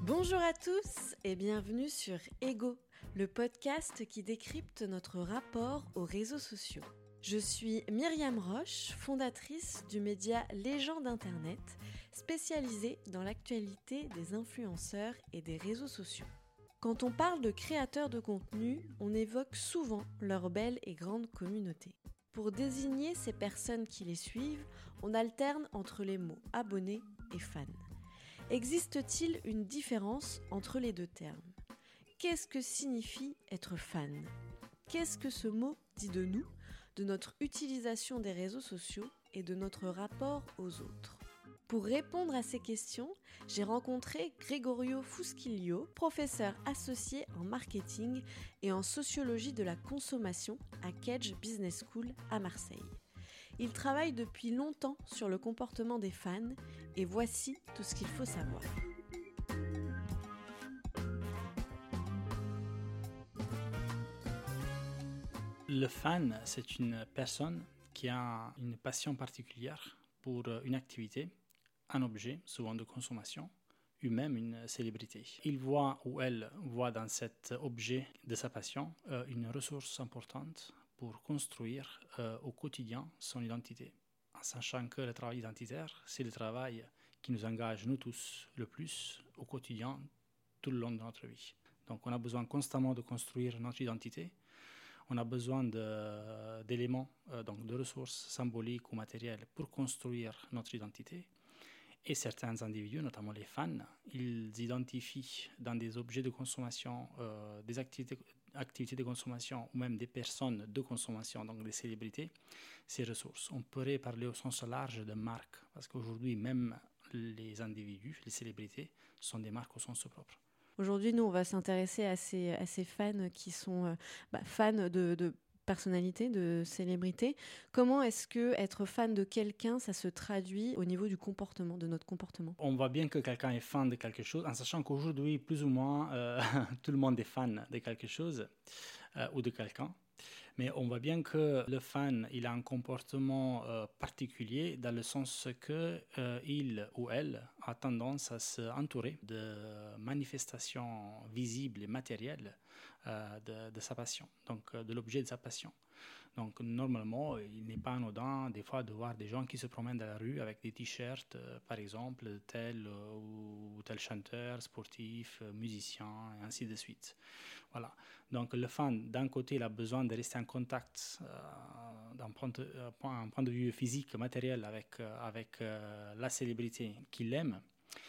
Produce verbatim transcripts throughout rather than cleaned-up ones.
Bonjour à tous et bienvenue sur Ego, le podcast qui décrypte notre rapport aux réseaux sociaux. Je suis Myriam Roche, fondatrice du média Légende Internet, spécialisée dans l'actualité des influenceurs et des réseaux sociaux. Quand on parle de créateurs de contenu, on évoque souvent leur belle et grande communauté. Pour désigner ces personnes qui les suivent, on alterne entre les mots abonnés et fans. Existe-t-il une différence entre les deux termes ? Qu'est-ce que signifie être fan ? Qu'est-ce que ce mot dit de nous, de notre utilisation des réseaux sociaux et de notre rapport aux autres ? Pour répondre à ces questions, j'ai rencontré Gregorio Fusquillo, professeur associé en marketing et en sociologie de la consommation à Kedge Business School à Marseille. Il travaille depuis longtemps sur le comportement des fans et voici tout ce qu'il faut savoir. Le fan, c'est une personne qui a une passion particulière pour une activité, un objet, souvent de consommation, ou même une célébrité. Il voit ou elle voit dans cet objet de sa passion euh, une ressource importante pour construire euh, au quotidien son identité. En sachant que le travail identitaire, c'est le travail qui nous engage, nous tous, le plus au quotidien, tout le long de notre vie. Donc on a besoin constamment de construire notre identité. On a besoin de, d'éléments, euh, donc de ressources symboliques ou matérielles pour construire notre identité. Et certains individus, notamment les fans, ils identifient dans des objets de consommation, euh, des activités, activités de consommation ou même des personnes de consommation, donc des célébrités, ces ressources. On pourrait parler au sens large de marques, parce qu'aujourd'hui, même les individus, les célébrités, sont des marques au sens propre. Aujourd'hui, nous, on va s'intéresser à ces, à ces fans qui sont euh, bah, fans de, de personnalités, de célébrités. Comment est-ce que être fan de quelqu'un, ça se traduit au niveau du comportement, de notre comportement ? On voit bien que quelqu'un est fan de quelque chose, en sachant qu'aujourd'hui, plus ou moins, euh, tout le monde est fan de quelque chose euh, ou de quelqu'un. Mais on voit bien que le fan, il a un comportement euh, particulier dans le sens que euh, il ou elle a tendance à s'entourer de manifestations visibles et matérielles euh, de, de sa passion, donc euh, de l'objet de sa passion. Donc normalement, il n'est pas anodin des fois de voir des gens qui se promènent dans la rue avec des t-shirts, euh, par exemple, de tel euh, ou tel chanteur, sportif, euh, musicien, et ainsi de suite. Voilà. Donc le fan, d'un côté, il a besoin de rester en contact euh, d'un point de, euh, point, point de vue physique, matériel avec, euh, avec euh, la célébrité qu'il aime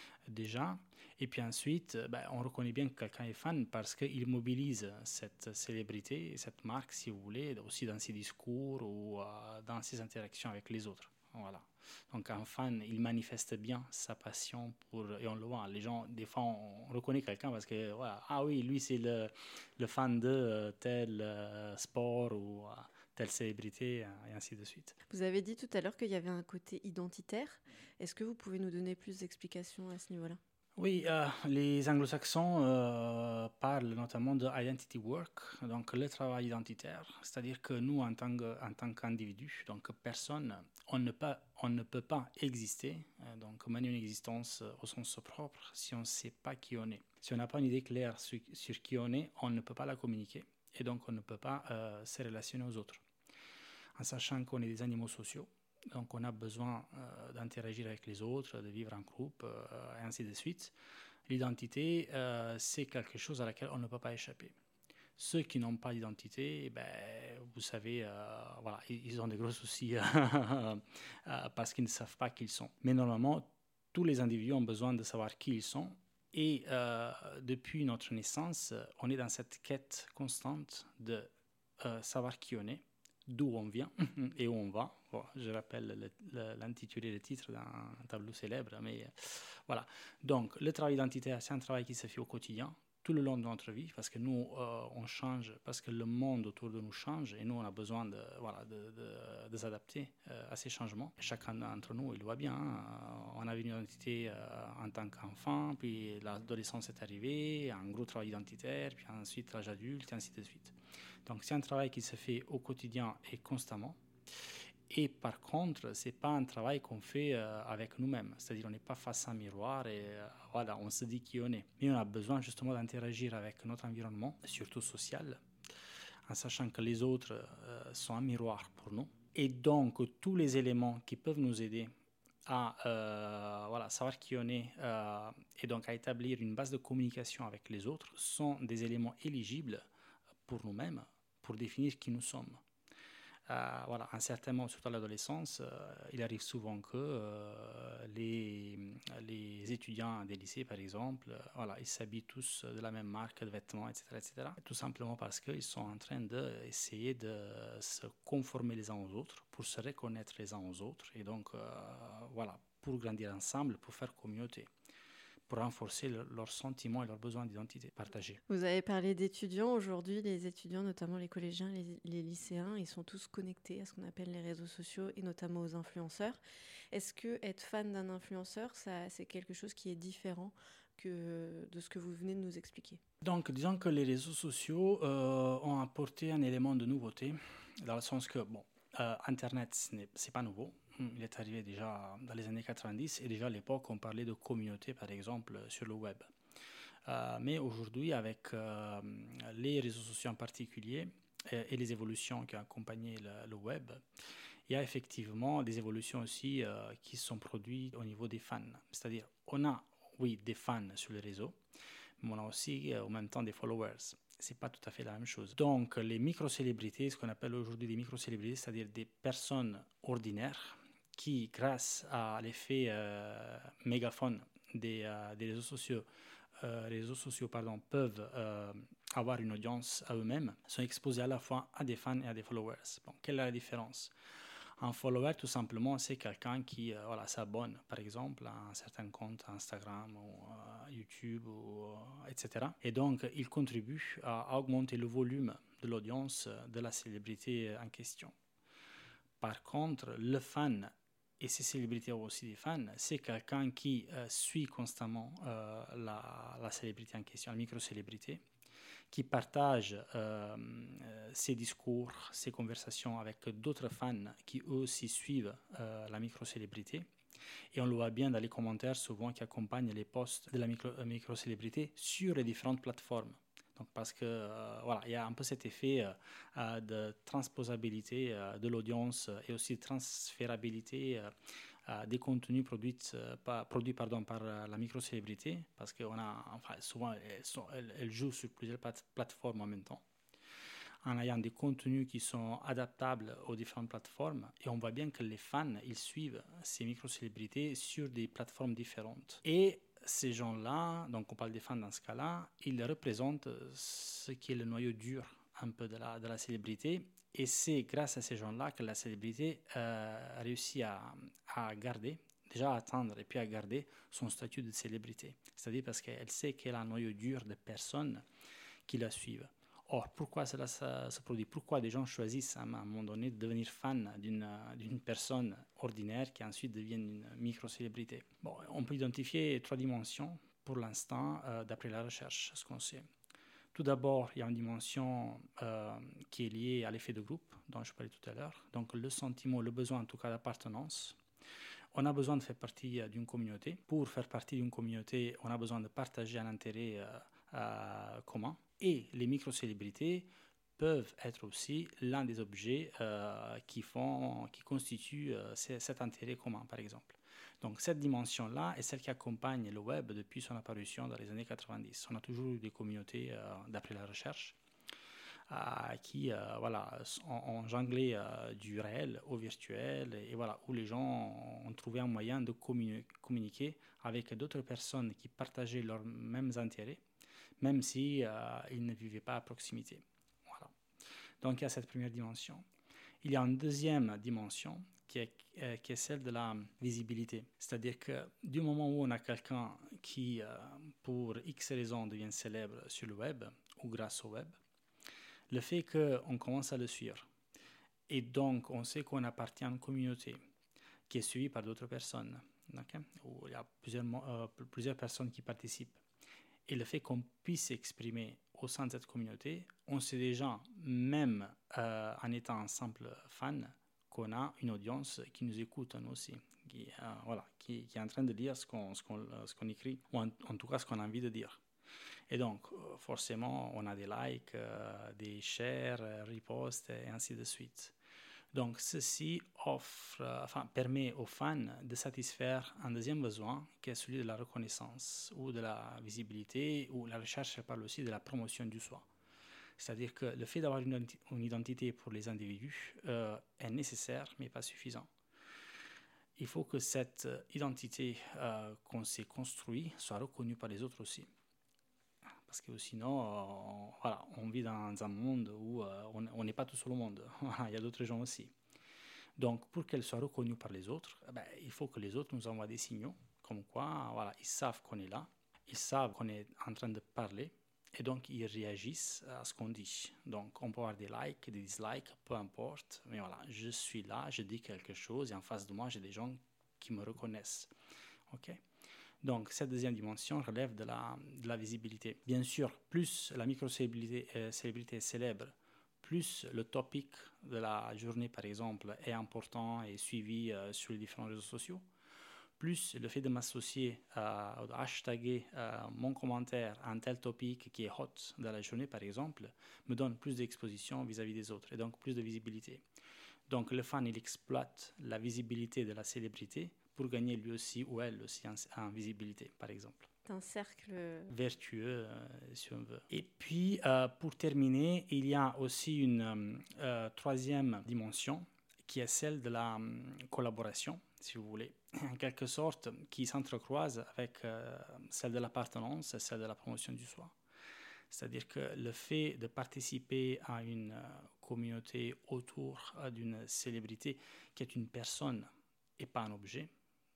déjà. Et puis ensuite, ben, on reconnaît bien que quelqu'un est fan parce qu'il mobilise cette célébrité, cette marque, si vous voulez, aussi dans ses discours ou euh, dans ses interactions avec les autres. Voilà. Donc un fan, il manifeste bien sa passion pour, et on le voit, les gens, des fois on reconnaît quelqu'un parce que, voilà, ah oui, lui c'est le, le fan de tel euh, sport ou euh, telle célébrité, et ainsi de suite. Vous avez dit tout à l'heure qu'il y avait un côté identitaire. Est-ce que vous pouvez nous donner plus d'explications à ce niveau-là ? Oui, euh, les anglo-saxons euh, parlent notamment de identity work, donc le travail identitaire, c'est-à-dire que nous, en tant, que, en tant qu'individus, donc personne, on ne peut, on ne peut pas exister, euh, donc mener une existence au sens propre si on ne sait pas qui on est. Si on n'a pas une idée claire sur, sur qui on est, on ne peut pas la communiquer et donc on ne peut pas euh, se relationner aux autres. En sachant qu'on est des animaux sociaux, donc on a besoin euh, d'interagir avec les autres, de vivre en groupe, euh, et ainsi de suite. L'identité, euh, c'est quelque chose à laquelle on ne peut pas échapper. Ceux qui n'ont pas d'identité, ben, vous savez, euh, voilà, ils ont des gros soucis euh, parce qu'ils ne savent pas qui ils sont. Mais normalement, tous les individus ont besoin de savoir qui ils sont. Et euh, depuis notre naissance, on est dans cette quête constante de euh, savoir qui on est, d'où on vient et où on va. Bon, je rappelle le, le, l'intitulé, le titre d'un tableau célèbre, mais euh, voilà. Donc, le travail identitaire, c'est un travail qui se fait au quotidien, tout le long de notre vie, parce que nous, euh, on change, parce que le monde autour de nous change, et nous, on a besoin de, voilà, de, de, de s'adapter euh, à ces changements. Chacun d'entre nous, il le voit bien, hein. On avait une identité euh, en tant qu'enfant, puis l'adolescence est arrivée, un gros travail identitaire, puis ensuite l'âge adulte, et ainsi de suite. Donc, c'est un travail qui se fait au quotidien et constamment. Et par contre, ce n'est pas un travail qu'on fait euh, avec nous-mêmes. C'est-à-dire qu'on n'est pas face à un miroir et euh, voilà, on se dit qui on est. Mais on a besoin justement d'interagir avec notre environnement, surtout social, en sachant que les autres euh, sont un miroir pour nous. Et donc, tous les éléments qui peuvent nous aider à euh, voilà, savoir qui on est euh, et donc à établir une base de communication avec les autres sont des éléments éligibles pour nous-mêmes, pour définir qui nous sommes. Euh, voilà, à un certain moment, surtout à l'adolescence, euh, il arrive souvent que euh, les, les étudiants des lycées, par exemple, euh, voilà, ils s'habillent tous de la même marque de vêtements, et cetera, et cetera. Tout simplement parce qu'ils sont en train d'essayer de se conformer les uns aux autres, pour se reconnaître les uns aux autres, et donc, euh, voilà, pour grandir ensemble, pour faire communauté, pour renforcer le, leurs sentiments et leurs besoins d'identité partagés. Vous avez parlé d'étudiants. Aujourd'hui, les étudiants, notamment les collégiens, les, les lycéens, ils sont tous connectés à ce qu'on appelle les réseaux sociaux et notamment aux influenceurs. Est-ce que être fan d'un influenceur, ça, c'est quelque chose qui est différent que de ce que vous venez de nous expliquer? Donc, disons que les réseaux sociaux euh, ont apporté un élément de nouveauté, dans le sens que, bon, euh, Internet, ce n'est c'est pas nouveau. Il est arrivé déjà dans les années quatre-vingt-dix et déjà à l'époque, on parlait de communauté, par exemple, sur le web. Euh, mais aujourd'hui, avec euh, les réseaux sociaux en particulier et, et les évolutions qui ont accompagné le, le web, il y a effectivement des évolutions aussi euh, qui sont produites au niveau des fans. C'est-à-dire, on a, oui, des fans sur les réseaux, mais on a aussi euh, en même temps des followers. C'est pas tout à fait la même chose. Donc, les micro-célébrités, ce qu'on appelle aujourd'hui des micro-célébrités, c'est-à-dire des personnes ordinaires qui, grâce à l'effet euh, mégaphone des, euh, des réseaux sociaux, euh, les réseaux sociaux pardon, peuvent euh, avoir une audience à eux-mêmes, sont exposés à la fois à des fans et à des followers. Bon, quelle est la différence? Un follower, tout simplement, c'est quelqu'un qui euh, voilà, s'abonne, par exemple, à un certain compte Instagram ou euh, YouTube, ou, euh, et cetera. Et donc, il contribue à augmenter le volume de l'audience de la célébrité en question. Par contre, le fan, et ces célébrités ont aussi des fans, c'est quelqu'un qui euh, suit constamment euh, la, la célébrité en question, la micro-célébrité, qui partage euh, ses discours, ses conversations avec d'autres fans qui eux aussi suivent euh, la micro-célébrité. Et on le voit bien dans les commentaires souvent qui accompagnent les posts de la micro, euh, micro-célébrité sur les différentes plateformes. Donc parce que euh, voilà, il y a un peu cet effet euh, de transposabilité euh, de l'audience et aussi de transférabilité euh, euh, des contenus produits, euh, pas, produits pardon, par euh, la micro-célébrité, parce qu'on a, enfin, souvent, elles, sont, elles, elles jouent sur plusieurs plate- plateformes en même temps, en ayant des contenus qui sont adaptables aux différentes plateformes. Et on voit bien que les fans, ils suivent ces micro-célébrités sur des plateformes différentes. Et ces gens-là, donc on parle des fans dans ce cas-là, ils représentent ce qui est le noyau dur un peu de la, de la célébrité. Et c'est grâce à ces gens-là que la célébrité euh, réussit à, à garder, déjà à atteindre et puis à garder son statut de célébrité. C'est-à-dire parce qu'elle sait qu'elle a un noyau dur de personnes qui la suivent. Or, pourquoi cela se produit? Pourquoi des gens choisissent à un moment donné de devenir fan d'une, d'une personne ordinaire qui ensuite devient une micro-célébrité? Bon, on peut identifier trois dimensions pour l'instant euh, d'après la recherche, ce qu'on sait. Tout d'abord, il y a une dimension euh, qui est liée à l'effet de groupe dont je parlais tout à l'heure. Donc le sentiment, le besoin en tout cas d'appartenance. On a besoin de faire partie euh, d'une communauté. Pour faire partie d'une communauté, on a besoin de partager un intérêt euh, euh, commun. Et les micro-célébrités peuvent être aussi l'un des objets euh, qui, font, qui constituent euh, cet intérêt commun, par exemple. Donc cette dimension-là est celle qui accompagne le web depuis son apparition dans les années quatre-vingt-dix. On a toujours eu des communautés, euh, d'après la recherche, euh, qui euh, voilà, ont, ont jonglé euh, du réel au virtuel, et voilà, où les gens ont trouvé un moyen de communi- communiquer avec d'autres personnes qui partageaient leurs mêmes intérêts, même si euh, ils ne vivaient pas à proximité. Voilà. Donc il y a cette première dimension. Il y a une deuxième dimension qui est, euh, qui est celle de la visibilité. C'est-à-dire que du moment où on a quelqu'un qui, euh, pour X raisons, devient célèbre sur le web ou grâce au web, le fait qu'on commence à le suivre et donc on sait qu'on appartient à une communauté qui est suivie par d'autres personnes, okay? Où il y a plusieurs, euh, plusieurs personnes qui participent. Et le fait qu'on puisse s'exprimer au sein de cette communauté, on sait déjà, même euh, en étant un simple fan, qu'on a une audience qui nous écoute nous aussi, qui, euh, voilà, qui, qui est en train de lire ce qu'on, ce qu'on, ce qu'on écrit, ou en, en tout cas ce qu'on a envie de dire. Et donc, forcément, on a des likes, euh, des shares, euh, reposts, et ainsi de suite. Donc, ceci offre, euh, enfin, permet aux fans de satisfaire un deuxième besoin, qui est celui de la reconnaissance, ou de la visibilité, ou la recherche parle aussi de la promotion du soi. C'est-à-dire que le fait d'avoir une, une identité pour les individus euh, est nécessaire, mais pas suffisant. Il faut que cette identité euh, qu'on s'est construite soit reconnue par les autres aussi. Parce que sinon, euh, voilà, on vit dans un monde où euh, on n'est pas tout seul au monde. Il y a d'autres gens aussi. Donc, pour qu'elle soit reconnue par les autres, eh ben, il faut que les autres nous envoient des signaux, comme quoi, voilà, ils savent qu'on est là, ils savent qu'on est en train de parler, et donc ils réagissent à ce qu'on dit. Donc, on peut avoir des likes, des dislikes, peu importe, mais voilà, je suis là, je dis quelque chose, et en face de moi, j'ai des gens qui me reconnaissent. Ok ? Donc, cette deuxième dimension relève de la, de la visibilité. Bien sûr, plus la micro-célébrité euh, célébrité est célèbre, plus le topic de la journée, par exemple, est important et suivi euh, sur les différents réseaux sociaux, plus le fait de m'associer, euh, de hashtaguer euh, mon commentaire à un tel topic qui est hot de la journée, par exemple, me donne plus d'exposition vis-à-vis des autres et donc plus de visibilité. Donc, le fan, il exploite la visibilité de la célébrité pour gagner lui aussi ou elle aussi en, en visibilité, par exemple. C'est un cercle vertueux, euh, si on veut. Et puis, euh, pour terminer, il y a aussi une euh, troisième dimension qui est celle de la um, collaboration, si vous voulez, en quelque sorte, qui s'entrecroise avec euh, celle de l'appartenance et celle de la promotion du soi. C'est-à-dire que le fait de participer à une euh, communauté autour euh, d'une célébrité qui est une personne et pas un objet,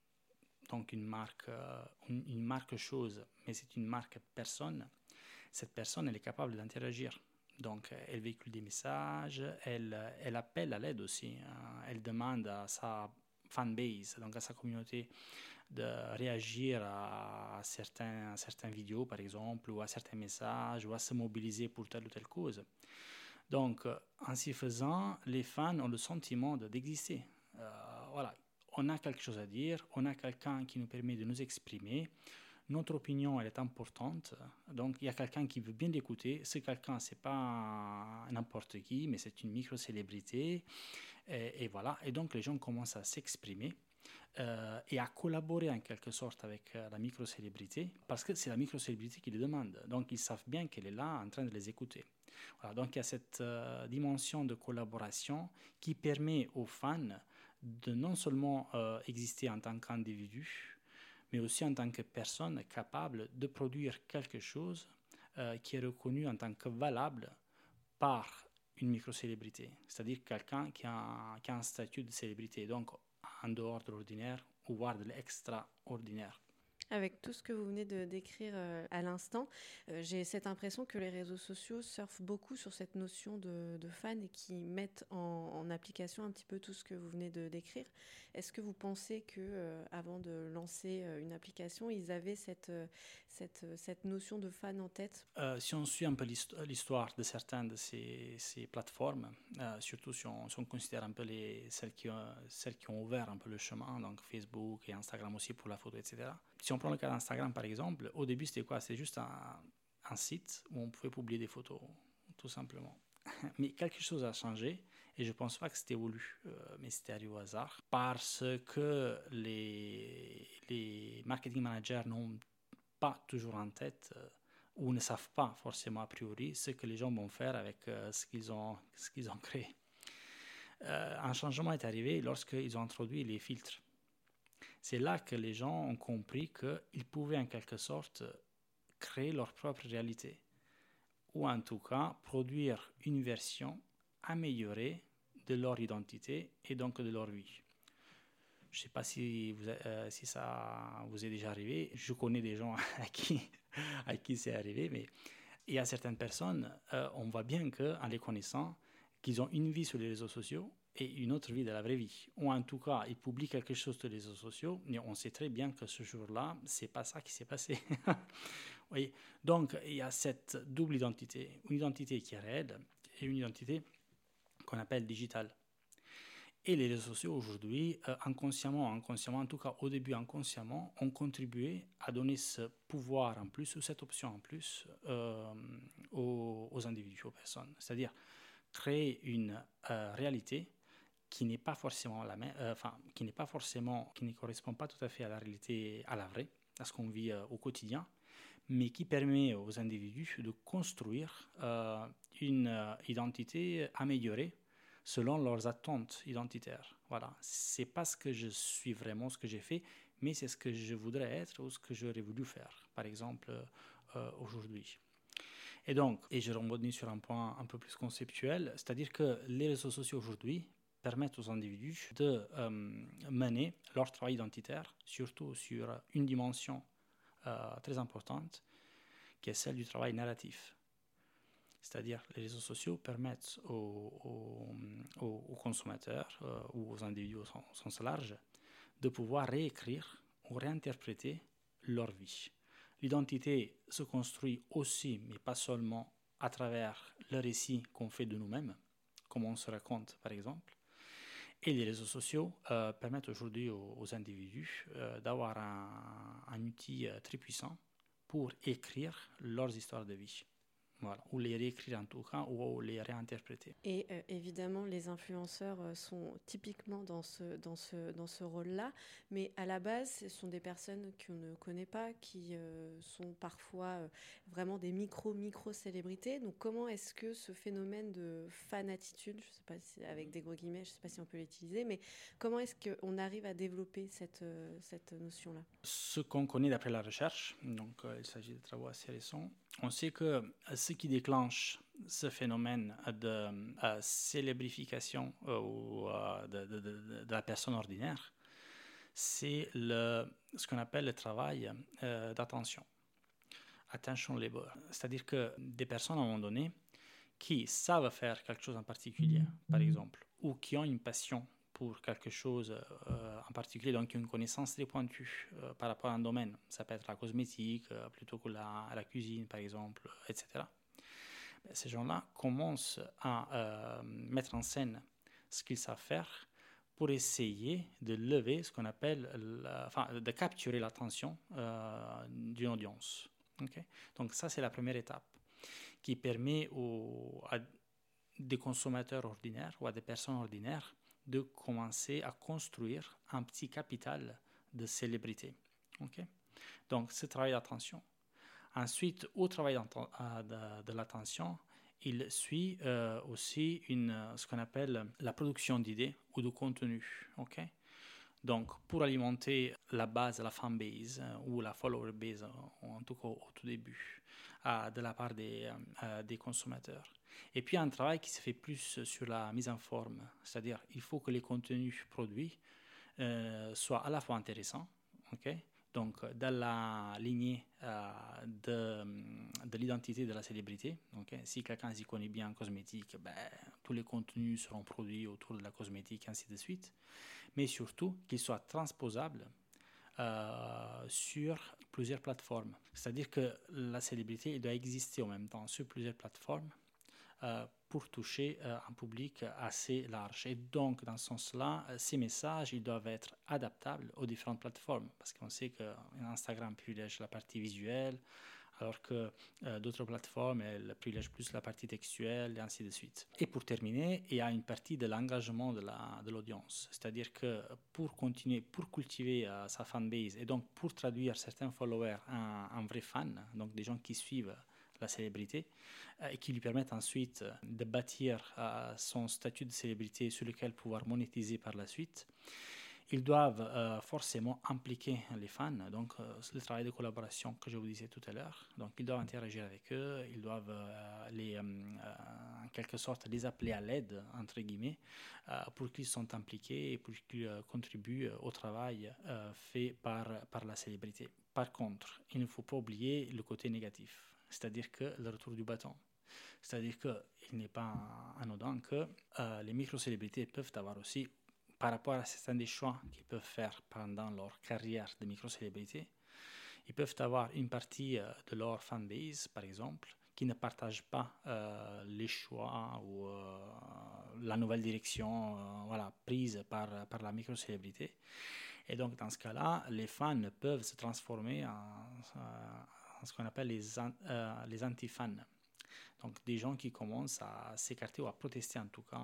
donc une marque, euh, une, une marque chose, mais c'est une marque personne, cette personne, elle est capable d'interagir. Donc, elle véhicule des messages, elle, elle appelle à l'aide aussi, hein. Elle demande à sa fanbase, donc à sa communauté, de réagir à certains, à certaines vidéos, par exemple, ou à certains messages, ou à se mobiliser pour telle ou telle cause. Donc, ainsi faisant, les fans ont le sentiment de, d'exister. Euh, voilà. On a quelque chose à dire, on a quelqu'un qui nous permet de nous exprimer, notre opinion elle est importante, donc il y a quelqu'un qui veut bien l'écouter, ce quelqu'un c'est pas n'importe qui, mais c'est une micro-célébrité, et, et voilà, et donc les gens commencent à s'exprimer euh, et à collaborer en quelque sorte avec euh, la micro-célébrité, parce que c'est la micro-célébrité qui les demande, donc ils savent bien qu'elle est là en train de les écouter. Voilà, donc il y a cette euh, dimension de collaboration qui permet aux fans de non seulement euh, exister en tant qu'individu, mais aussi en tant que personne capable de produire quelque chose euh, qui est reconnu en tant que valable par une micro-célébrité, c'est-à-dire quelqu'un qui a, qui a un statut de célébrité, donc en dehors de l'ordinaire, ou voire de l'extraordinaire. Avec tout ce que vous venez de décrire euh, à l'instant, euh, j'ai cette impression que les réseaux sociaux surfent beaucoup sur cette notion de, de fan et qui mettent en, en application un petit peu tout ce que vous venez de décrire. Est-ce que vous pensez que, euh, avant de lancer euh, une application, ils avaient cette, euh, cette, cette notion de fan en tête ? euh, Si on suit un peu l'histoire de certaines de ces, ces plateformes, euh, surtout si on, si on considère un peu les, celles, qui ont, celles qui ont ouvert un peu le chemin, donc Facebook et Instagram aussi pour la photo, et cetera. Si on prend le cas d'Instagram, par exemple, au début, c'était quoi ? C'était juste un, un site où on pouvait publier des photos, tout simplement. Mais quelque chose a changé, et je ne pense pas que c'était voulu, euh, mais c'était arrivé au hasard, parce que les, les marketing managers n'ont pas toujours en tête, euh, ou ne savent pas forcément a priori, ce que les gens vont faire avec euh, ce qu'ils ont, ce qu'ils ont créé. Euh, un changement est arrivé lorsqu'ils ont introduit les filtres. C'est là que les gens ont compris qu'ils pouvaient en quelque sorte créer leur propre réalité, ou en tout cas produire une version améliorée de leur identité et donc de leur vie. Je ne sais pas si, vous, euh, si ça vous est déjà arrivé, je connais des gens à qui, à qui c'est arrivé, mais il y a certaines personnes, euh, on voit bien qu'en les connaissant, qu'ils ont une vie sur les réseaux sociaux et une autre vie de la vraie vie. Ou en tout cas, ils publient quelque chose sur les réseaux sociaux, mais on sait très bien que ce jour-là, c'est pas ça qui s'est passé. Oui. Donc, il y a cette double identité. Une identité qui est réelle et une identité qu'on appelle digitale. Et les réseaux sociaux aujourd'hui, euh, inconsciemment, inconsciemment, en tout cas au début inconsciemment, ont contribué à donner ce pouvoir en plus, ou cette option en plus, euh, aux, aux individus, aux personnes. C'est-à-dire créer une euh, réalité qui n'est pas forcément la même, euh, enfin, qui n'est pas forcément, qui ne correspond pas tout à fait à la réalité, à la vraie, à ce qu'on vit euh, au quotidien, mais qui permet aux individus de construire euh, une euh, identité améliorée selon leurs attentes identitaires. Voilà, c'est pas ce que je suis vraiment, ce que j'ai fait, mais c'est ce que je voudrais être ou ce que j'aurais voulu faire, par exemple, euh, aujourd'hui. Et donc, et je rebondis sur un point un peu plus conceptuel, c'est-à-dire que les réseaux sociaux aujourd'hui permettent aux individus de euh, mener leur travail identitaire, surtout sur une dimension euh, très importante, qui est celle du travail narratif. C'est-à-dire les réseaux sociaux permettent aux, aux, aux, aux consommateurs euh, ou aux individus au sens, au sens large de pouvoir réécrire ou réinterpréter leur vie. L'identité se construit aussi, mais pas seulement à travers le récit qu'on fait de nous-mêmes, comme on se raconte par exemple. Et les réseaux sociaux euh, permettent aujourd'hui aux, aux individus euh, d'avoir un, un outil euh, très puissant pour écrire leurs histoires de vie. Voilà, ou les réécrire en tout cas, ou les réinterpréter. Et euh, évidemment, les influenceurs euh, sont typiquement dans ce, dans, ce, dans ce rôle-là, mais à la base, ce sont des personnes qu'on ne connaît pas, qui euh, sont parfois euh, vraiment des micro-micro-célébrités. Donc comment est-ce que ce phénomène de fanatitude, je ne sais pas si avec des gros guillemets, je ne sais pas si on peut l'utiliser, mais comment est-ce qu'on arrive à développer cette, euh, cette notion-là? Ce qu'on connaît d'après la recherche, donc euh, il s'agit de travaux assez récents, on sait que ce qui déclenche ce phénomène de euh, célébrification euh, ou, euh, de, de, de, de la personne ordinaire, c'est le, ce qu'on appelle le travail euh, d'attention, attention labor. C'est-à-dire que des personnes à un moment donné qui savent faire quelque chose en particulier, par exemple, ou qui ont une passion pour quelque chose euh, en particulier, donc une connaissance très pointue euh, par rapport à un domaine. Ça peut être la cosmétique euh, plutôt que la, la cuisine, par exemple, et cetera. Ces gens-là commencent à euh, mettre en scène ce qu'ils savent faire pour essayer de lever ce qu'on appelle, la, enfin, de capturer l'attention euh, d'une audience. Okay? Donc ça, c'est la première étape qui permet aux, à des consommateurs ordinaires ou à des personnes ordinaires de commencer à construire un petit capital de célébrité. Okay? Donc, ce travail d'attention. Ensuite, au travail de, de l'attention, il suit euh, aussi une, ce qu'on appelle la production d'idées ou de contenu. Okay? Donc, pour alimenter la base, la fanbase euh, ou la follower base, euh, en tout cas au, au tout début, euh, de la part des, euh, des consommateurs. Et puis un travail qui se fait plus sur la mise en forme, c'est-à-dire il faut que les contenus produits euh, soient à la fois intéressants, okay? Donc dans la lignée euh, de, de l'identité de la célébrité. Okay? Si quelqu'un s'y connaît bien en cosmétique, ben, tous les contenus seront produits autour de la cosmétique, ainsi de suite. Mais surtout qu'ils soient transposables euh, sur plusieurs plateformes. C'est-à-dire que la célébrité doit exister en même temps sur plusieurs plateformes euh, pour toucher euh, un public assez large. Et donc, dans ce sens-là, ces messages ils doivent être adaptables aux différentes plateformes. Parce qu'on sait qu'Instagram privilège la partie visuelle, alors que euh, d'autres plateformes, elles privilègent plus la partie textuelle, et ainsi de suite. Et pour terminer, il y a une partie de l'engagement de, la, de l'audience. C'est-à-dire que pour continuer, pour cultiver euh, sa fanbase, et donc pour traduire certains followers en, en vrais fans, donc des gens qui suivent la célébrité, euh, et qui lui permettent ensuite de bâtir euh, son statut de célébrité sur lequel pouvoir monétiser par la suite, ils doivent euh, forcément impliquer les fans, donc euh, c'est le travail de collaboration que je vous disais tout à l'heure. Donc ils doivent interagir avec eux, ils doivent euh, les, euh, en quelque sorte les appeler à l'aide, entre guillemets, euh, pour qu'ils soient impliqués et pour qu'ils euh, contribuent au travail euh, fait par, par la célébrité. Par contre, il ne faut pas oublier le côté négatif, c'est-à-dire que le retour du bâton. C'est-à-dire qu'il n'est pas anodin que euh, les micro-célébrités peuvent avoir aussi, par rapport à certains des choix qu'ils peuvent faire pendant leur carrière de micro-célébrité, ils peuvent avoir une partie de leur fanbase, par exemple, qui ne partagent pas euh, les choix ou euh, la nouvelle direction euh, voilà, prise par, par la micro-célébrité. Et donc, dans ce cas-là, les fans peuvent se transformer en, en ce qu'on appelle les, an, euh, les anti-fans. Donc, des gens qui commencent à s'écarter ou à protester, en tout cas,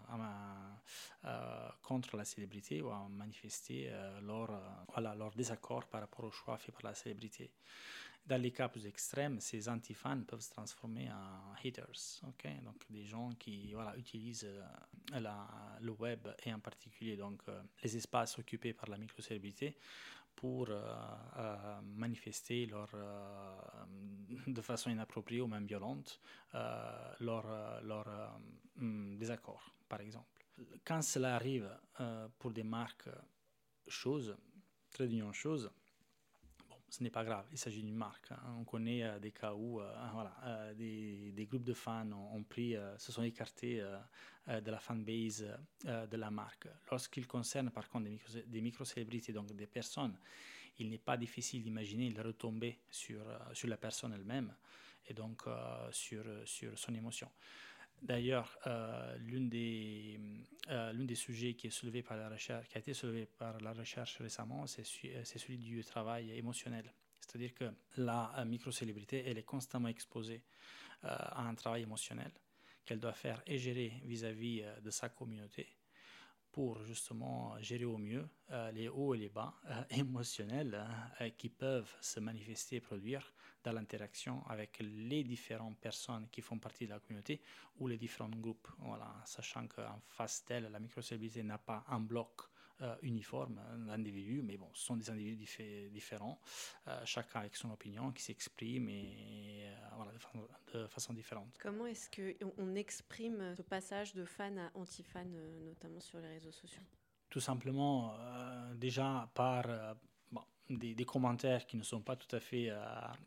à, euh, contre la célébrité ou à manifester euh, leur, euh, voilà, leur désaccord par rapport au choix fait par la célébrité. Dans les cas plus extrêmes, ces anti-fans peuvent se transformer en haters, okay? Donc des gens qui voilà, utilisent euh, la, le web et en particulier donc, euh, les espaces occupés par la micro-célébrité pour euh, euh, manifester leur, euh, de façon inappropriée ou même violente euh, leur, leur euh, désaccord, par exemple. Quand cela arrive euh, pour des marques choses, très d'union choses, ce n'est pas grave, il s'agit d'une marque. Hein. On connaît euh, des cas où euh, voilà, euh, des, des groupes de fans ont, ont pris, euh, se sont écartés euh, euh, de la fanbase euh, de la marque. Lorsqu'il concerne par contre des, micro, des micro-célébrités, donc des personnes, il n'est pas difficile d'imaginer les retombées sur, euh, sur la personne elle-même et donc euh, sur, sur son émotion. D'ailleurs, euh, l'une des, euh, l'un des sujets qui, est soulevé par la recherche, qui a été soulevé par la recherche récemment, c'est, c'est celui du travail émotionnel. C'est-à-dire que la euh, micro-célébrité, elle est constamment exposée euh, à un travail émotionnel qu'elle doit faire et gérer vis-à-vis euh, de sa communauté pour justement gérer au mieux euh, les hauts et les bas euh, émotionnels euh, qui peuvent se manifester et produire dans l'interaction avec les différentes personnes qui font partie de la communauté ou les différents groupes. Voilà, sachant qu'en face d'elle, la micro-célébrité n'a pas un bloc euh, uniforme d'individus, mais bon, ce sont des individus diffé- différents, euh, chacun avec son opinion qui s'exprime et euh, voilà, de, fa- de façon différente. Comment est-ce qu'on on exprime ce passage de fan à anti-fan, euh, notamment sur les réseaux sociaux ? Tout simplement, euh, déjà par euh, bon, des, des commentaires qui ne sont pas tout à fait euh,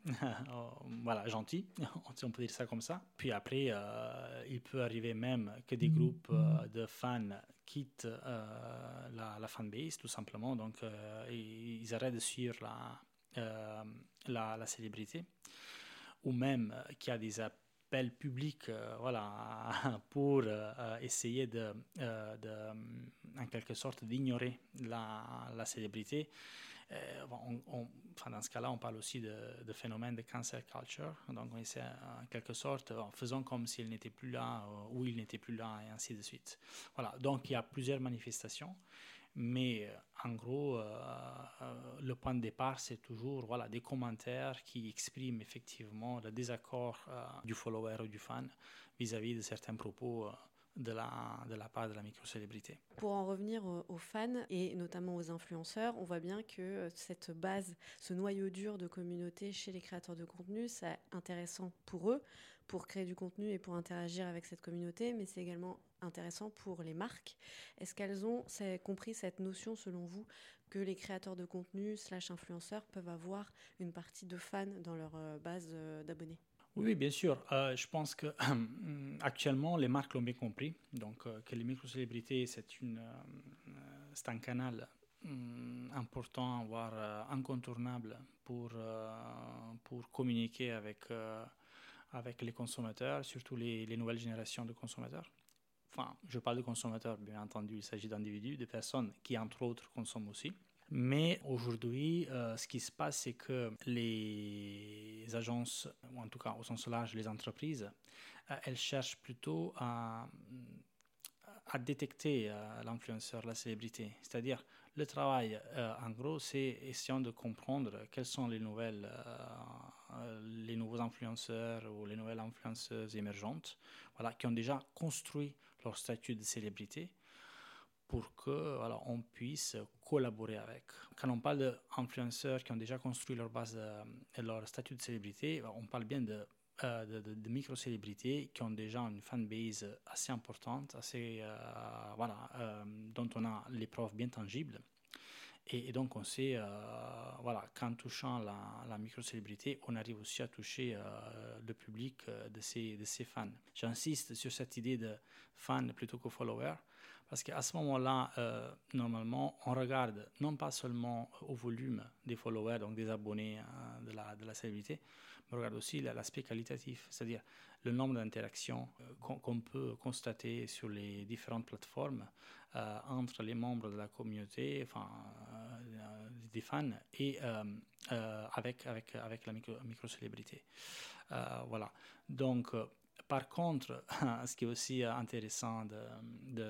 voilà, gentils, si on peut dire ça comme ça. Puis après, euh, il peut arriver même que des groupes euh, de fans quittent euh, la, la fanbase, tout simplement. Donc, euh, ils arrêtent de suivre la, euh, la, la célébrité. Ou même euh, qu'il y a des appels publics euh, voilà, pour euh, essayer de, euh, de, en quelque sorte, d'ignorer la, la célébrité. Euh, bon, on, on, enfin, dans ce cas-là, on parle aussi de, de phénomène de cancel culture. Donc, on essaie en quelque sorte, en faisant comme s'il n'était plus là euh, ou il n'était plus là, et ainsi de suite. Voilà. Donc, il y a plusieurs manifestations. Mais en gros, euh, euh, le point de départ, c'est toujours voilà, des commentaires qui expriment effectivement le désaccord euh, du follower ou du fan vis-à-vis de certains propos euh, de, la, de la part de la micro-célébrité. Pour en revenir aux fans et notamment aux influenceurs, on voit bien que cette base, ce noyau dur de communauté chez les créateurs de contenu, c'est intéressant pour eux, pour créer du contenu et pour interagir avec cette communauté, mais c'est également intéressant pour les marques. Est-ce qu'elles ont compris cette notion, selon vous, que les créateurs de contenu slash influenceurs peuvent avoir une partie de fans dans leur base d'abonnés ? Oui, bien sûr. Euh, je pense que euh, actuellement, les marques l'ont bien compris. Donc, euh, que les micro-célébrités, c'est, une, euh, c'est un canal euh, important, voire euh, incontournable pour, euh, pour communiquer avec, euh, avec les consommateurs, surtout les, les nouvelles générations de consommateurs. Enfin, je parle de consommateurs, bien entendu, il s'agit d'individus, de personnes qui, entre autres, consomment aussi. Mais aujourd'hui, euh, ce qui se passe, c'est que les agences, ou en tout cas au sens large les entreprises, euh, elles cherchent plutôt à, à détecter euh, l'influenceur, la célébrité. C'est-à-dire, le travail, euh, en gros, c'est essayant de comprendre quelles sont les nouvelles, euh, les nouveaux influenceurs ou les nouvelles influenceuses émergentes, voilà, qui ont déjà construit leur statut de célébrité, pour que voilà, on puisse collaborer avec. Quand on parle d'influenceurs qui ont déjà construit leur base, et leur statut de célébrité, on parle bien de, euh, de, de, de micro-célébrités qui ont déjà une fanbase assez importante, assez, euh, voilà, euh, dont on a les preuves bien tangibles. Et, et donc on sait, euh, voilà, qu'en touchant la, la micro-célébrité, on arrive aussi à toucher euh, le public de ces, de ces fans. J'insiste sur cette idée de fan plutôt que follower, Parce qu'à ce moment-là, euh, normalement, on regarde non pas seulement au volume des followers, donc des abonnés euh, de, la, de la célébrité, mais on regarde aussi l'aspect qualitatif, c'est-à-dire le nombre d'interactions euh, qu'on, qu'on peut constater sur les différentes plateformes euh, entre les membres de la communauté, enfin, euh, des fans, et euh, euh, avec, avec, avec la micro, micro-célébrité. Euh, voilà. Donc, euh, par contre, ce qui est aussi intéressant de, de,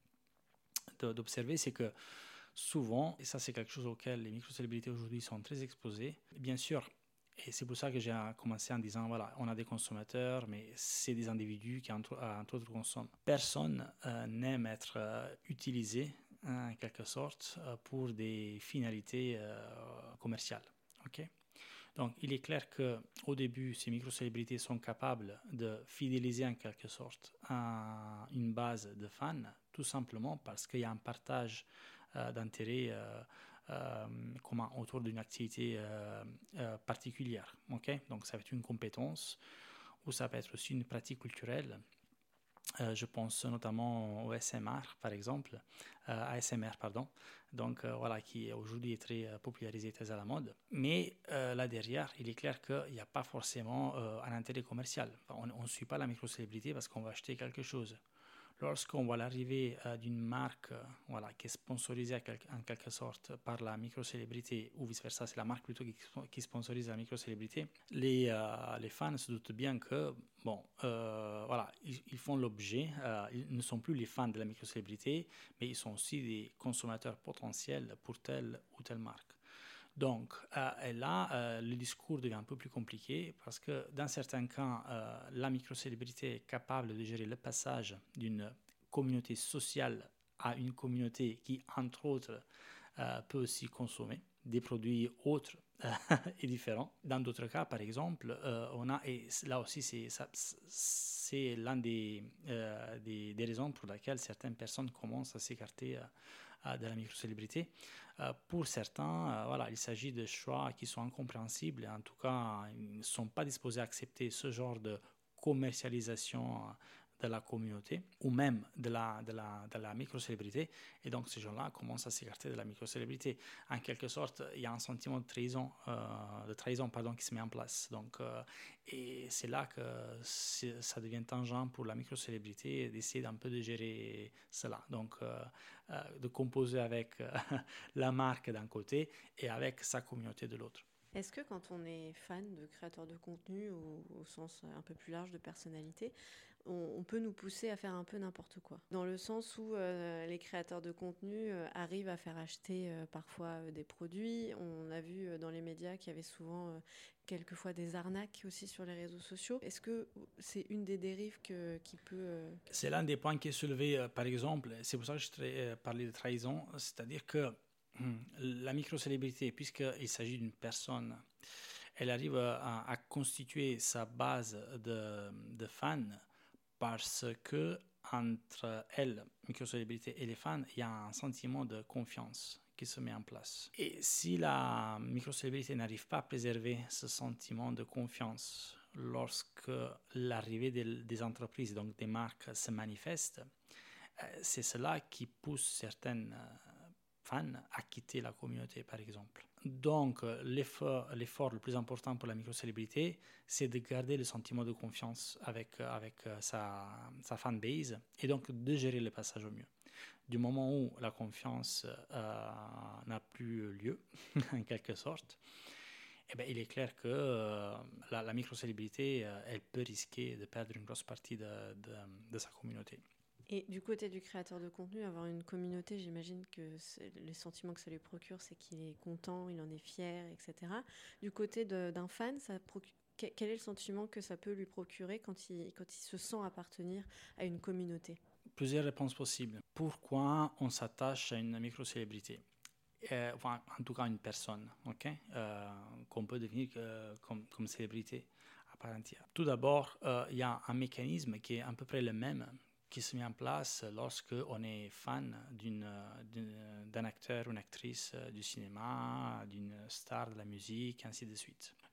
de, d'observer, c'est que souvent, et ça c'est quelque chose auquel les micro-célébrités aujourd'hui sont très exposées, bien sûr, et c'est pour ça que j'ai commencé en disant, voilà, on a des consommateurs, mais c'est des individus qui, entre, entre autres, consomment. Personne euh, n'aime être euh, utilisé, en quelque sorte, euh, pour des finalités euh, commerciales. Okay? Donc, il est clair qu'au début, ces micro-célébrités sont capables de fidéliser en quelque sorte un, une base de fans, tout simplement parce qu'il y a un partage euh, d'intérêts euh, euh, commun autour d'une activité euh, euh, particulière. Okay? Donc, ça va être une compétence ou ça peut être aussi une pratique culturelle. Euh, je pense notamment au S M R, par exemple, euh, A S M R, pardon, donc euh, voilà, qui aujourd'hui est très euh, popularisé, très à la mode. Mais euh, là derrière, il est clair qu'il n'y a pas forcément euh, un intérêt commercial. Enfin, on ne suit pas la micro-célébrité parce qu'on va acheter quelque chose. Lorsqu'on voit l'arrivée euh, d'une marque euh, voilà, qui est sponsorisée en quelque sorte par la micro-célébrité, ou vice-versa, c'est la marque plutôt qui, qui sponsorise la micro-célébrité, les, euh, les fans se doutent bien que, bon, euh, voilà, ils, ils font l'objet, euh, ils ne sont plus les fans de la micro-célébrité, mais ils sont aussi des consommateurs potentiels pour telle ou telle marque. Donc euh, là, euh, le discours devient un peu plus compliqué parce que dans certains cas, euh, la micro-célébrité est capable de gérer le passage d'une communauté sociale à une communauté qui, entre autres, euh, peut aussi consommer des produits autres et différents. Dans d'autres cas, par exemple, euh, on a, et là aussi c'est, ça, c'est l'un des, euh, des, des raisons pour lesquelles certaines personnes commencent à s'écarter euh, de la micro-célébrité. Euh, pour certains, euh, voilà, il s'agit de choix qui sont incompréhensibles et en tout cas, ils ne sont pas disposés à accepter ce genre de commercialisation de la communauté ou même de la, de la, de la micro-célébrité. Et donc, ces gens-là commencent à s'écarter de la micro-célébrité. En quelque sorte, il y a un sentiment de trahison, euh, de trahison pardon, qui se met en place. Donc, euh, et c'est là que c'est, ça devient tangent pour la micro-célébrité d'essayer d'un peu de gérer cela. Donc, euh, euh, de composer avec euh, la marque d'un côté et avec sa communauté de l'autre. Est-ce que quand on est fan de créateurs de contenu, ou au sens un peu plus large de personnalité, on, on peut nous pousser à faire un peu n'importe quoi? Dans le sens où euh, les créateurs de contenu euh, arrivent à faire acheter euh, parfois euh, des produits. On a vu euh, dans les médias qu'il y avait souvent euh, quelquefois des arnaques aussi sur les réseaux sociaux. Est-ce que c'est une des dérives que, qui peut... Euh... C'est l'un des points qui est soulevé, euh, par exemple, c'est pour ça que je euh, parlais de trahison, c'est-à-dire que la micro-célébrité, puisqu'il s'agit d'une personne, elle arrive à, à constituer sa base de, de fans parce que entre elle, micro-célébrité, et les fans, il y a un sentiment de confiance qui se met en place. Et si la micro-célébrité n'arrive pas à préserver ce sentiment de confiance lorsque l'arrivée des, des entreprises, donc des marques, se manifeste, c'est cela qui pousse certaines fans à quitter la communauté, par exemple. Donc, l'effort, l'effort le plus important pour la micro-célébrité, c'est de garder le sentiment de confiance avec, avec sa, sa fanbase et donc de gérer le passage au mieux. Du moment où la confiance euh, n'a plus lieu, en quelque sorte, eh bien, il est clair que euh, la, la micro-célébrité, euh, elle peut risquer de perdre une grosse partie de, de, de sa communauté. Et du côté du créateur de contenu, avoir une communauté, j'imagine que le sentiment que ça lui procure, c'est qu'il est content, il en est fier, et cetera. Du côté de, d'un fan, ça procure, quel est le sentiment que ça peut lui procurer quand il, quand il se sent appartenir à une communauté? Plusieurs réponses possibles. Pourquoi on s'attache à une micro-célébrité? Euh, enfin, en tout cas, une personne, okay? euh, qu'on peut définir euh, comme, comme célébrité à part entière. Tout d'abord, il euh, y a un mécanisme qui est à peu près le même qui se met en place lorsque on est fan d'une, d'une, d'un acteur ou une actrice du cinéma, d'une star de la musique, ainsi de suite.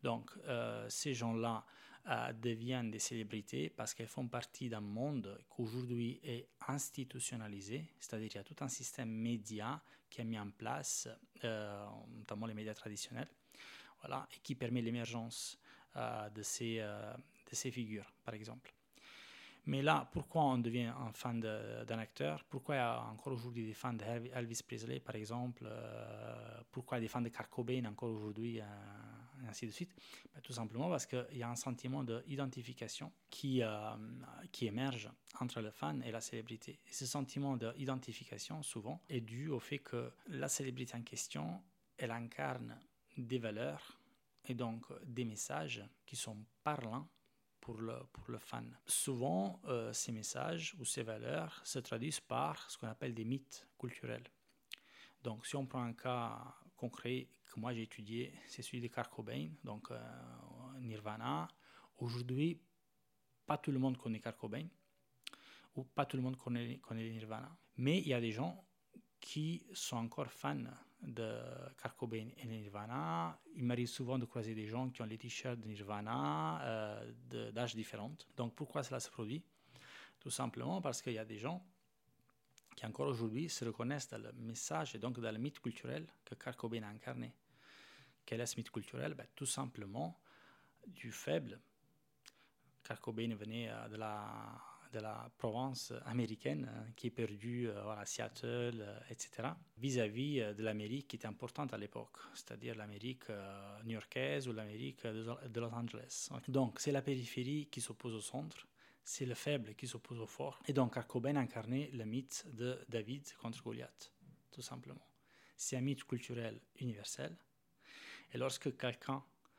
Donc, euh, ces gens-là euh, deviennent des célébrités parce qu'elles font partie d'un monde qui aujourd'hui est institutionnalisé, c'est-à-dire qu'il y a tout un système média qui est mis en place, euh, notamment les médias traditionnels, voilà, et qui permet l'émergence euh, de, ces, euh, de ces figures, par exemple. Mais là, pourquoi on devient un fan de, d'un acteur? Pourquoi il y a encore aujourd'hui des fans d'Elvis Presley, par exemple? euh, Pourquoi il y a des fans de Kurt Cobain encore aujourd'hui, euh, et ainsi de suite? Ben, tout simplement parce qu'il y a un sentiment d'identification qui, euh, qui émerge entre le fan et la célébrité. Et ce sentiment d'identification, souvent, est dû au fait que la célébrité en question, elle incarne des valeurs et donc des messages qui sont parlants Pour le, pour le fan. Souvent, euh, ces messages ou ces valeurs se traduisent par ce qu'on appelle des mythes culturels. Donc, si on prend un cas concret que moi j'ai étudié, c'est celui de Kurt Cobain, donc euh, Nirvana. Aujourd'hui, pas tout le monde connaît Kurt Cobain, ou pas tout le monde connaît, connaît Nirvana. Mais il y a des gens qui sont encore fans de Kurt Cobain et Nirvana. Il m'arrive souvent de croiser des gens qui ont les t-shirts de Nirvana euh, de, d'âges différents. Donc pourquoi cela se produit? Tout simplement parce qu'il y a des gens qui encore aujourd'hui se reconnaissent dans le message et donc dans le mythe culturel que Kurt Cobain a incarné. Quel est ce mythe culturel? Ben, tout simplement du faible. Kurt Cobain venait euh, de la... de la Provence américaine euh, qui est perdue euh, voilà, à Seattle, euh, et cetera, vis-à-vis euh, de l'Amérique qui était importante à l'époque, c'est-à-dire l'Amérique euh, new-yorkaise ou l'Amérique de, de Los Angeles. Donc, c'est la périphérie qui s'oppose au centre, c'est le faible qui s'oppose au fort. Et donc, Kurt Cobain incarnait le mythe de David contre Goliath, tout simplement. C'est un mythe culturel universel. Et lorsque quelqu'un,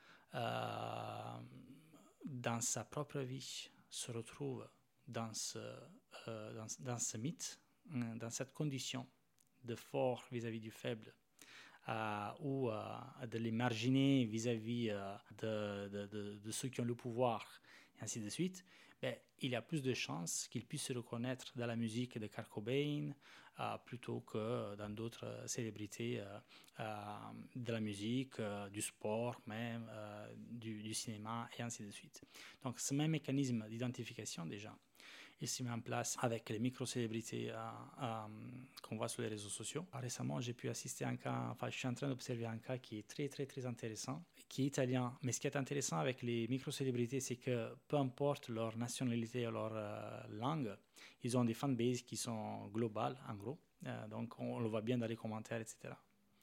euh, dans sa propre vie, se retrouve dans ce, euh, dans, dans ce mythe, dans cette condition de fort vis-à-vis du faible, euh, ou euh, de les marginer vis-à-vis euh, de, de, de, de ceux qui ont le pouvoir, et ainsi de suite, ben, il y a plus de chances qu'ils puissent se reconnaître dans la musique de Kurt Cobain euh, plutôt que dans d'autres célébrités euh, euh, de la musique, euh, du sport même, euh, du, du cinéma, et ainsi de suite. Donc ce même mécanisme d'identification déjà, il se met en place avec les micro-célébrités euh, euh, qu'on voit sur les réseaux sociaux. Récemment, j'ai pu assister à un cas, enfin, je suis en train d'observer un cas qui est très, très, très intéressant, qui est italien. Mais ce qui est intéressant avec les micro-célébrités, c'est que peu importe leur nationalité ou leur euh, langue, ils ont des fanbases qui sont globales, en gros. Euh, donc, on le voit bien dans les commentaires, et cetera.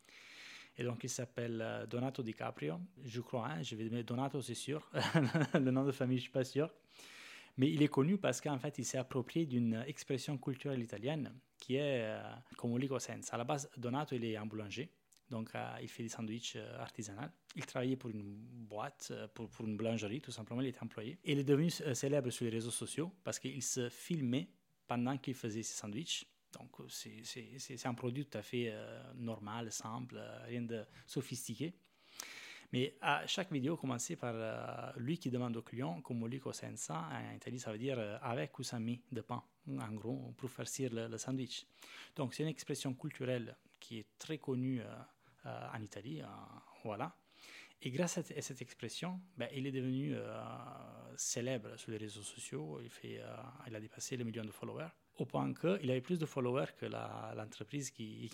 Et donc, il s'appelle Donato DiCaprio, je crois, hein, je vais dire Donato, c'est sûr. Le nom de famille, je ne suis pas sûr. Mais il est connu parce qu'en fait, il s'est approprié d'une expression culturelle italienne qui est euh, comulico senza. À la base, Donato, il est un boulanger, donc euh, il fait des sandwichs euh, artisanaux. Il travaillait pour une boîte, euh, pour, pour une boulangerie, tout simplement, il était employé. Et il est devenu euh, célèbre sur les réseaux sociaux parce qu'il se filmait pendant qu'il faisait ses sandwichs. Donc, c'est, c'est, c'est, c'est un produit tout à fait euh, normal, simple, euh, rien de sophistiqué. Mais à chaque vidéo commençait par euh, lui qui demande au client comulico senza, en Italie ça veut dire euh, avec ou sans mie de pain, en gros, pour farcir le, le sandwich. Donc c'est une expression culturelle qui est très connue euh, euh, en Italie, euh, voilà. Et grâce à, t- à cette expression, ben, il est devenu euh, célèbre sur les réseaux sociaux, il, fait, euh, il a dépassé le million de followers, au point qu'il avait plus de followers que la, l'entreprise qui,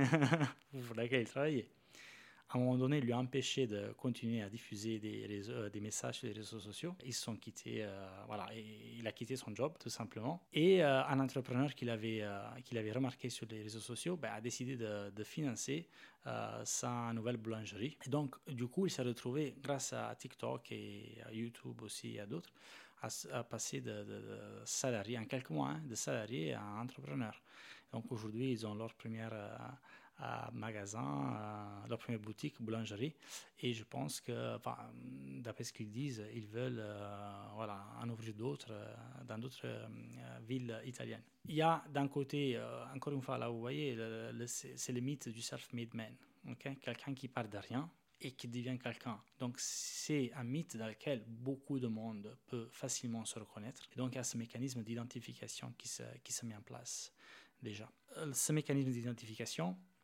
pour laquelle il travaillait. À un moment donné, il lui a empêché de continuer à diffuser des, réseaux, euh, des messages sur les réseaux sociaux. Ils se sont quittés, euh, voilà, et il a quitté son job, tout simplement. Et euh, un entrepreneur qu'il avait, euh, qu'il avait remarqué sur les réseaux sociaux ben, a décidé de, de financer euh, sa nouvelle boulangerie. Et donc, du coup, il s'est retrouvé, grâce à TikTok et à YouTube aussi et à d'autres, à, à passer de, de, de salarié, en quelques mois, hein, de salarié à entrepreneur. Donc, aujourd'hui, ils ont leur première... Euh, à magasin, à leur première boutique, boulangerie. Et je pense que, enfin, d'après ce qu'ils disent, ils veulent euh, voilà, en ouvrir d'autres euh, dans d'autres euh, villes italiennes. Il y a d'un côté, euh, encore une fois, là vous voyez, le, le, c'est, c'est le mythe du self-made man. Okay? Quelqu'un qui part de rien et qui devient quelqu'un. Donc c'est un mythe dans lequel beaucoup de monde peut facilement se reconnaître. Et donc il y a ce mécanisme d'identification qui se, qui se met en place déjà. Ce mécanisme d'identification,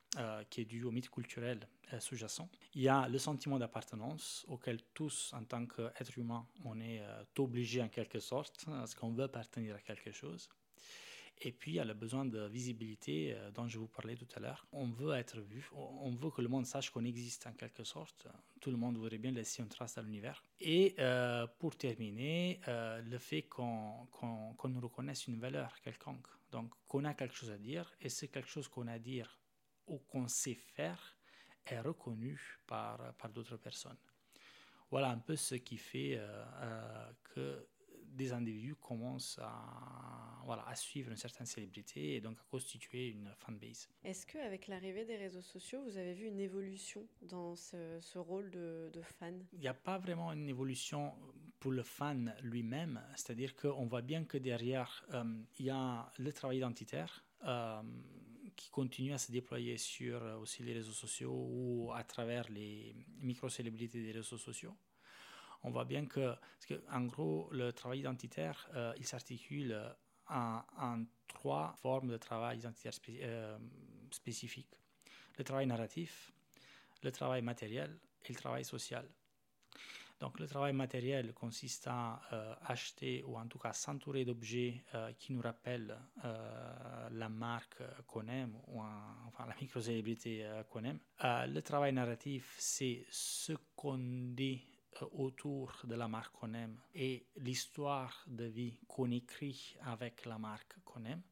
euh, qui est dû au mythe culturel euh, sous-jacent. Il y a le sentiment d'appartenance auquel tous, en tant qu'êtres humains, on est euh, obligés en quelque sorte, parce qu'on veut appartenir à quelque chose. Et puis, il y a le besoin de visibilité euh, dont je vous parlais tout à l'heure. On veut être vu, on veut que le monde sache qu'on existe en quelque sorte. Tout le monde voudrait bien laisser une trace dans l'univers. Et euh, pour terminer, euh, le fait qu'on, qu'on, qu'on nous reconnaisse une valeur quelconque. Donc, qu'on a quelque chose à dire, et c'est quelque chose qu'on a à dire ou qu'on sait faire est reconnu par, par d'autres personnes. Voilà un peu ce qui fait euh, euh, que des individus commencent à, voilà, à suivre une certaine célébrité et donc à constituer une fanbase. Est-ce qu'avec l'arrivée des réseaux sociaux, vous avez vu une évolution dans ce, ce rôle de, de fan ? Il n'y a pas vraiment une évolution pour le fan lui-même, c'est-à-dire qu'on voit bien que derrière, euh, il y a le travail identitaire euh, qui continue à se déployer sur aussi les réseaux sociaux ou à travers les micro-célébrités des réseaux sociaux. On voit bien que, parce que en gros, le travail identitaire, euh, il s'articule en, en trois formes de travail identitaire spé- euh, spécifiques. Le travail narratif, le travail matériel et le travail social. Donc le travail matériel consiste à euh, acheter ou en tout cas s'entourer d'objets euh, qui nous rappellent euh, la marque qu'on aime ou un, enfin la micro-célébrité euh, qu'on aime. Euh, le travail narratif, c'est ce qu'on dit autour de la marque qu'on aime et l'histoire de vie qu'on écrit avec la marque qu'on aime.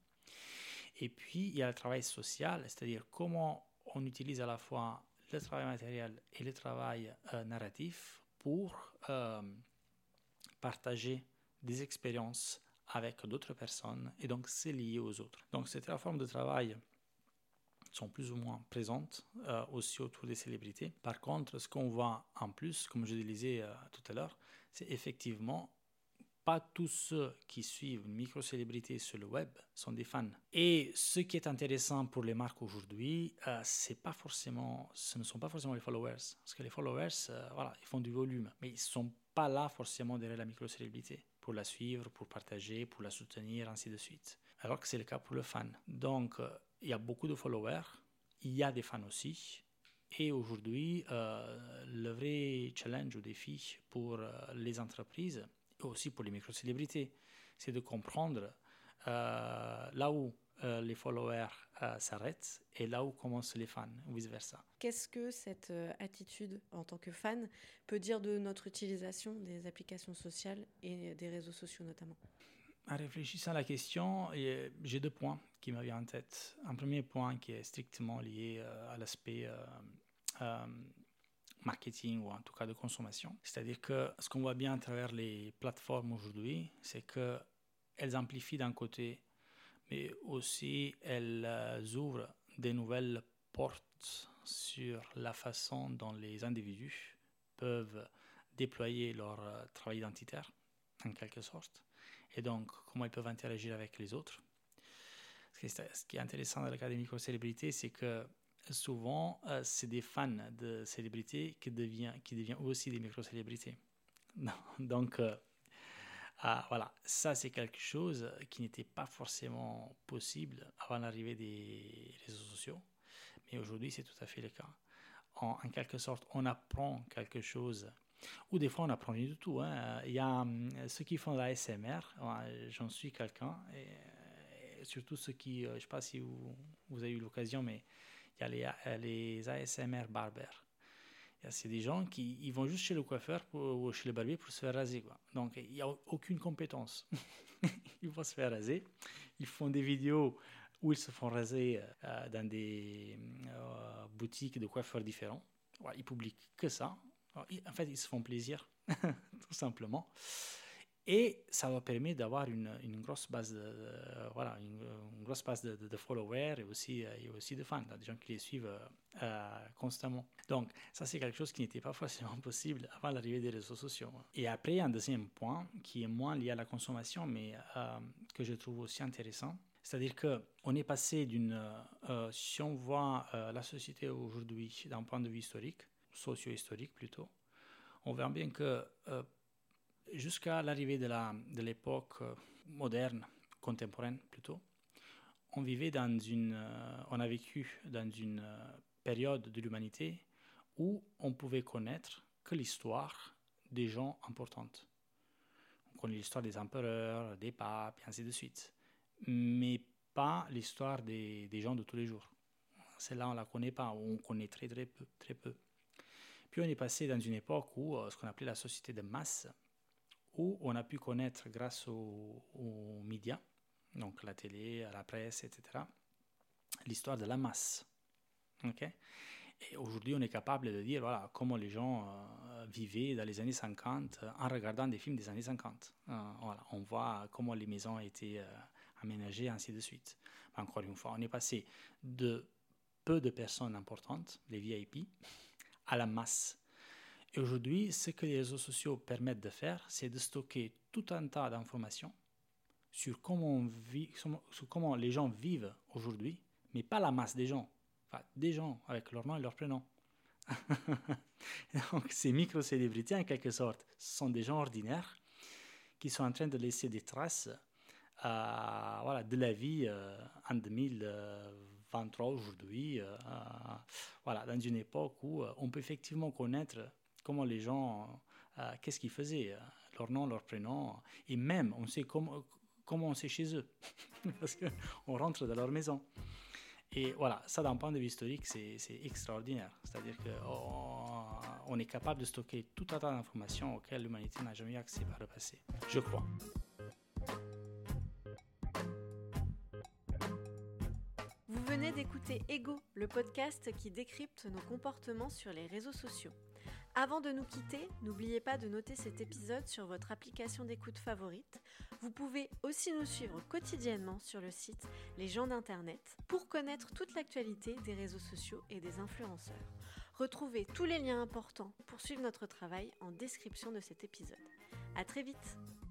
Et puis, il y a le travail social, c'est-à-dire comment on utilise à la fois le travail matériel et le travail euh, narratif pour euh, partager des expériences avec d'autres personnes et donc se lier aux autres. Donc, ces trois formes de travail sont plus ou moins présentes euh, aussi autour des célébrités. Par contre, ce qu'on voit en plus, comme je le disais euh, tout à l'heure, c'est effectivement pas tous ceux qui suivent une micro-célébrité sur le web sont des fans. Et ce qui est intéressant pour les marques aujourd'hui, euh, c'est pas forcément, ce ne sont pas forcément les followers. Parce que les followers, euh, voilà, ils font du volume, mais ils ne sont pas là forcément derrière la micro-célébrité pour la suivre, pour partager, pour la soutenir, ainsi de suite. Alors que c'est le cas pour le fan. Donc, euh, il y a beaucoup de followers, il y a des fans aussi. Et aujourd'hui, euh, le vrai challenge ou défi pour euh, les entreprises, et aussi pour les micro-célébrités, c'est de comprendre euh, là où euh, les followers euh, s'arrêtent et là où commencent les fans, ou vice-versa. Qu'est-ce que cette euh, attitude en tant que fan peut dire de notre utilisation des applications sociales et des réseaux sociaux notamment ? En réfléchissant à la question, j'ai deux points qui me viennent en tête. Un premier point qui est strictement lié euh, à l'aspect euh, euh, marketing ou en tout cas de consommation. C'est-à-dire que ce qu'on voit bien à travers les plateformes aujourd'hui, c'est qu'elles amplifient d'un côté, mais aussi elles euh, ouvrent des nouvelles portes sur la façon dont les individus peuvent déployer leur euh, travail identitaire, en quelque sorte, et donc comment ils peuvent interagir avec les autres. Ce qui est intéressant dans le cas des micro-célébrités, c'est que souvent, euh, c'est des fans de célébrités qui deviennent, qui deviennent aussi des micro-célébrités. Donc, euh, ah, voilà, ça c'est quelque chose qui n'était pas forcément possible avant l'arrivée des réseaux sociaux, mais aujourd'hui c'est tout à fait le cas. En, en quelque sorte, on apprend quelque chose, ou des fois on apprend rien du tout. Hein. Il y a um, ceux qui font de l'A S M R, ouais, j'en suis quelqu'un, et, et surtout ceux qui, euh, je ne sais pas si vous, vous avez eu l'occasion, mais il y a les, les A S M R barbers. C'est des gens qui ils vont juste chez le coiffeur pour, ou chez le barbier pour se faire raser. Quoi. Donc, il n'y a aucune compétence. Ils vont se faire raser. Ils font des vidéos où ils se font raser euh, dans des euh, boutiques de coiffeurs différents. Ouais, ils publient que ça. Alors, ils, en fait, ils se font plaisir, tout simplement. Et ça va permettre d'avoir une, une grosse base de, de voilà, une, une grosse base de, de, de followers et aussi, euh, et aussi de fans, des gens qui les suivent euh, constamment. Donc, ça, c'est quelque chose qui n'était pas forcément possible avant l'arrivée des réseaux sociaux. Et après, un deuxième point qui est moins lié à la consommation, mais euh, que je trouve aussi intéressant, c'est-à-dire qu'on est passé d'une... Euh, si on voit euh, la société aujourd'hui d'un point de vue historique, socio-historique plutôt, on voit bien que euh, jusqu'à l'arrivée de, la, de l'époque moderne, contemporaine plutôt, on vivait dans une, euh, on a vécu dans une euh, période de l'humanité où on pouvait connaître que l'histoire des gens importants. On connaît l'histoire des empereurs, des papes, et ainsi de suite. Mais pas l'histoire des, des gens de tous les jours. Celle-là, on ne la connaît pas, ou on connaît très, très peu, très peu. Puis on est passé dans une époque où, euh, ce qu'on appelait la société de masse, où on a pu connaître grâce aux, aux médias, donc la télé, la presse, et cetera, l'histoire de la masse. Okay? Et aujourd'hui, on est capable de dire voilà, comment les gens euh, vivaient dans les années cinquante euh, en regardant des films des années cinquante. Euh, voilà, on voit comment les maisons étaient euh, aménagées, ainsi de suite. Mais encore une fois, on est passé de peu de personnes importantes, les V I P, à la masse. Et aujourd'hui, ce que les réseaux sociaux permettent de faire, c'est de stocker tout un tas d'informations sur comment, on vit, sur comment les gens vivent aujourd'hui, mais pas la masse des gens. Enfin, des gens avec leur nom et leur prénom. Donc, ces micro-célébrités, en quelque sorte, sont des gens ordinaires qui sont en train de laisser des traces euh, voilà, de la vie euh, en deux mille vingt-trois aujourd'hui, euh, voilà, dans une époque où euh, on peut effectivement connaître comment les gens, euh, qu'est-ce qu'ils faisaient, euh, leur nom, leur prénom, et même on sait comment, comment on sait chez eux, parce qu'on rentre dans leur maison. Et voilà, ça d'un point de vue historique, c'est, c'est extraordinaire. C'est-à-dire qu'on on est capable de stocker tout un tas d'informations auxquelles l'humanité n'a jamais eu accès par le passé, je crois. Vous venez d'écouter Ego, le podcast qui décrypte nos comportements sur les réseaux sociaux. Avant de nous quitter, n'oubliez pas de noter cet épisode sur votre application d'écoute favorite. Vous pouvez aussi nous suivre quotidiennement sur le site Les gens d'Internet pour connaître toute l'actualité des réseaux sociaux et des influenceurs. Retrouvez tous les liens importants pour suivre notre travail en description de cet épisode. À très vite!